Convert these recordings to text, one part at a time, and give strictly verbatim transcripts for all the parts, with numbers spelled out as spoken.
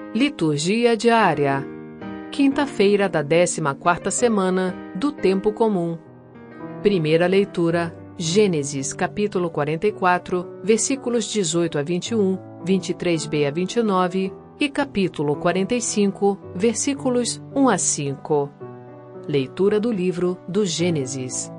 Liturgia diária. Quinta-feira da décima quarta semana do Tempo Comum. Primeira leitura, Gênesis capítulo quarenta e quatro, versículos dezoito a vinte e um, vinte e três b a vinte e nove e capítulo quarenta e cinco, versículos um a cinco. Leitura do livro do Gênesis.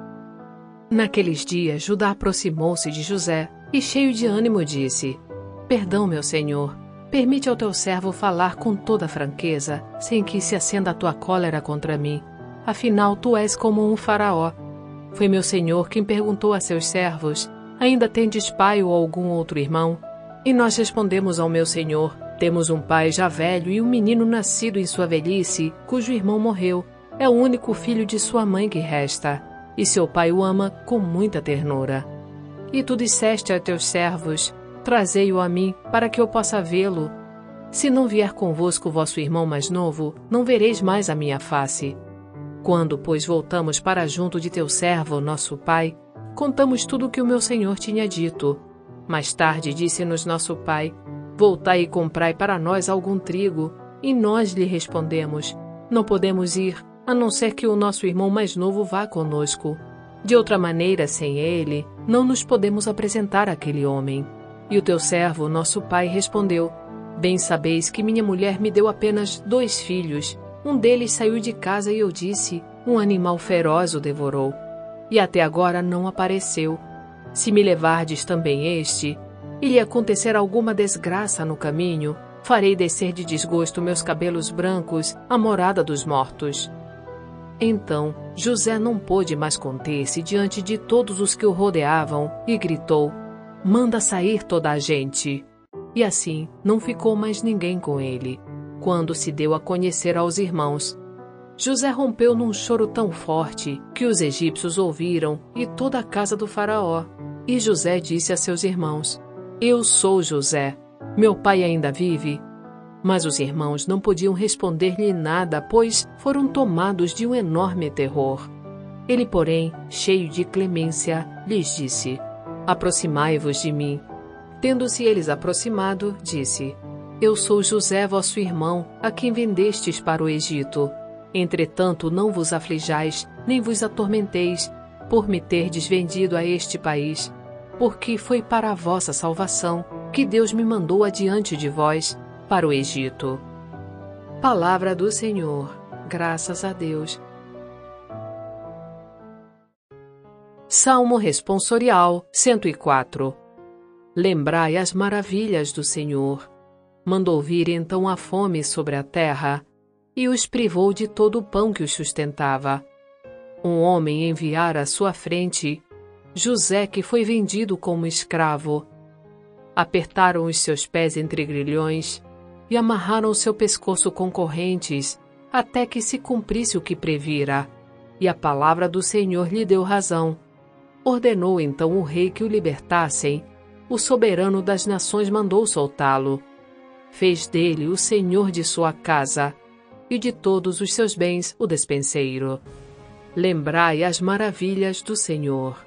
Naqueles dias, Judá aproximou-se de José e, cheio de ânimo, disse: Perdão, meu senhor. Permite ao teu servo falar com toda franqueza, sem que se acenda a tua cólera contra mim. Afinal, tu és como um faraó. Foi meu senhor quem perguntou a seus servos: Ainda tendes pai ou algum outro irmão? E nós respondemos ao meu senhor: Temos um pai já velho e um menino nascido em sua velhice, cujo irmão morreu. É o único filho de sua mãe que resta, e seu pai o ama com muita ternura. E tu disseste a teus servos: Trazei-o a mim, para que eu possa vê-lo. Se não vier convosco vosso irmão mais novo, não vereis mais a minha face. Quando, pois, voltamos para junto de teu servo, nosso pai, contamos tudo o que o meu senhor tinha dito. Mais tarde disse-nos nosso pai: Voltai e comprai para nós algum trigo. E nós lhe respondemos: Não podemos ir, a não ser que o nosso irmão mais novo vá conosco. De outra maneira, sem ele, não nos podemos apresentar àquele homem. E o teu servo, nosso pai, respondeu: Bem sabeis que minha mulher me deu apenas dois filhos. Um deles saiu de casa e eu disse: Um animal feroz o devorou. E até agora não apareceu. Se me levardes também este, e lhe acontecer alguma desgraça no caminho, farei descer de desgosto meus cabelos brancos à morada dos mortos. Então José não pôde mais conter-se diante de todos os que o rodeavam e gritou: Manda sair toda a gente. E assim não ficou mais ninguém com ele, quando se deu a conhecer aos irmãos. José rompeu num choro tão forte que os egípcios ouviram e toda a casa do faraó. E José disse a seus irmãos: Eu sou José. Meu pai ainda vive? Mas os irmãos não podiam responder-lhe nada, pois foram tomados de um enorme terror. Ele, porém, cheio de clemência, lhes disse: Aproximai-vos de mim. Tendo-se eles aproximado, disse: Eu sou José, vosso irmão, a quem vendestes para o Egito. Entretanto, não vos aflijais, nem vos atormenteis, por me terdes vendido a este país, porque foi para a vossa salvação que Deus me mandou adiante de vós, para o Egito. Palavra do Senhor. Graças a Deus. Salmo Responsorial cento e quatro. Lembrai as maravilhas do Senhor. Mandou vir então a fome sobre a terra, e os privou de todo o pão que os sustentava. Um homem enviara à sua frente, José, que foi vendido como escravo. Apertaram os seus pés entre grilhões e amarraram o seu pescoço com correntes, até que se cumprisse o que previra, e a palavra do Senhor lhe deu razão. Ordenou então o rei que o libertassem. O soberano das nações mandou soltá-lo. Fez dele o senhor de sua casa, e de todos os seus bens o despenseiro. Lembrai as maravilhas do Senhor.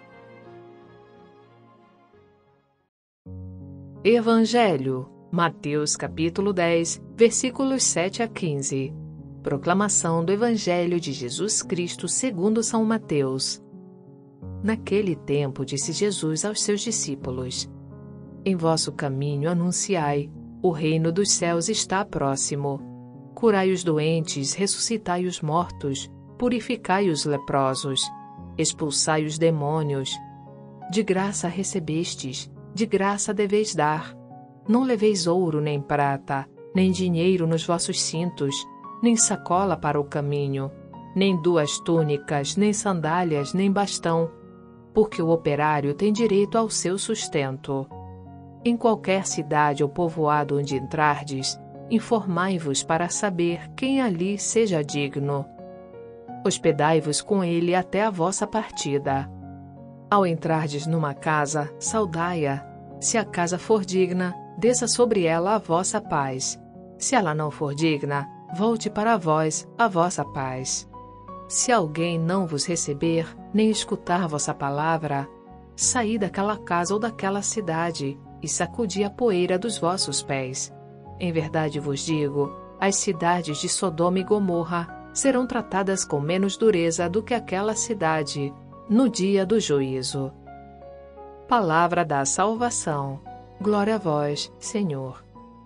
Evangelho, Mateus capítulo dez, versículos sete a quinze. Proclamação do Evangelho de Jesus Cristo segundo São Mateus. Naquele tempo disse Jesus aos seus discípulos: Em vosso caminho anunciai, o reino dos céus está próximo. Curai os doentes, ressuscitai os mortos, purificai os leprosos, expulsai os demônios. De graça recebestes, de graça deveis dar. Não leveis ouro nem prata, nem dinheiro nos vossos cintos, nem sacola para o caminho, nem duas túnicas, nem sandálias, nem bastão, porque o operário tem direito ao seu sustento. Em qualquer cidade ou povoado onde entrardes, informai-vos para saber quem ali seja digno. Hospedai-vos com ele até a vossa partida. Ao entrardes numa casa, saudai-a. Se a casa for digna, desça sobre ela a vossa paz. Se ela não for digna, volte para vós a vossa paz. Se alguém não vos receber, nem escutar vossa palavra, saí daquela casa ou daquela cidade, e sacudi a poeira dos vossos pés. Em verdade vos digo, as cidades de Sodoma e Gomorra serão tratadas com menos dureza do que aquela cidade no dia do juízo. Palavra da salvação. Glória a vós, Senhor.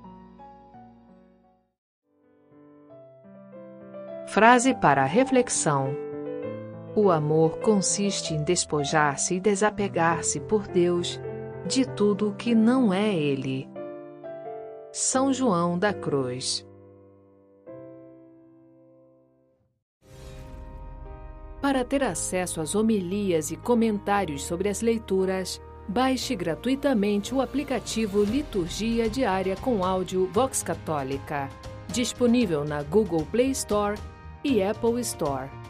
Frase para a reflexão. O amor consiste em despojar-se e desapegar-se por Deus de tudo o que não é Ele. São João da Cruz. Para ter acesso às homilias e comentários sobre as leituras, baixe gratuitamente o aplicativo Liturgia Diária com áudio Vox Católica, disponível na Google Play Store e Apple Store.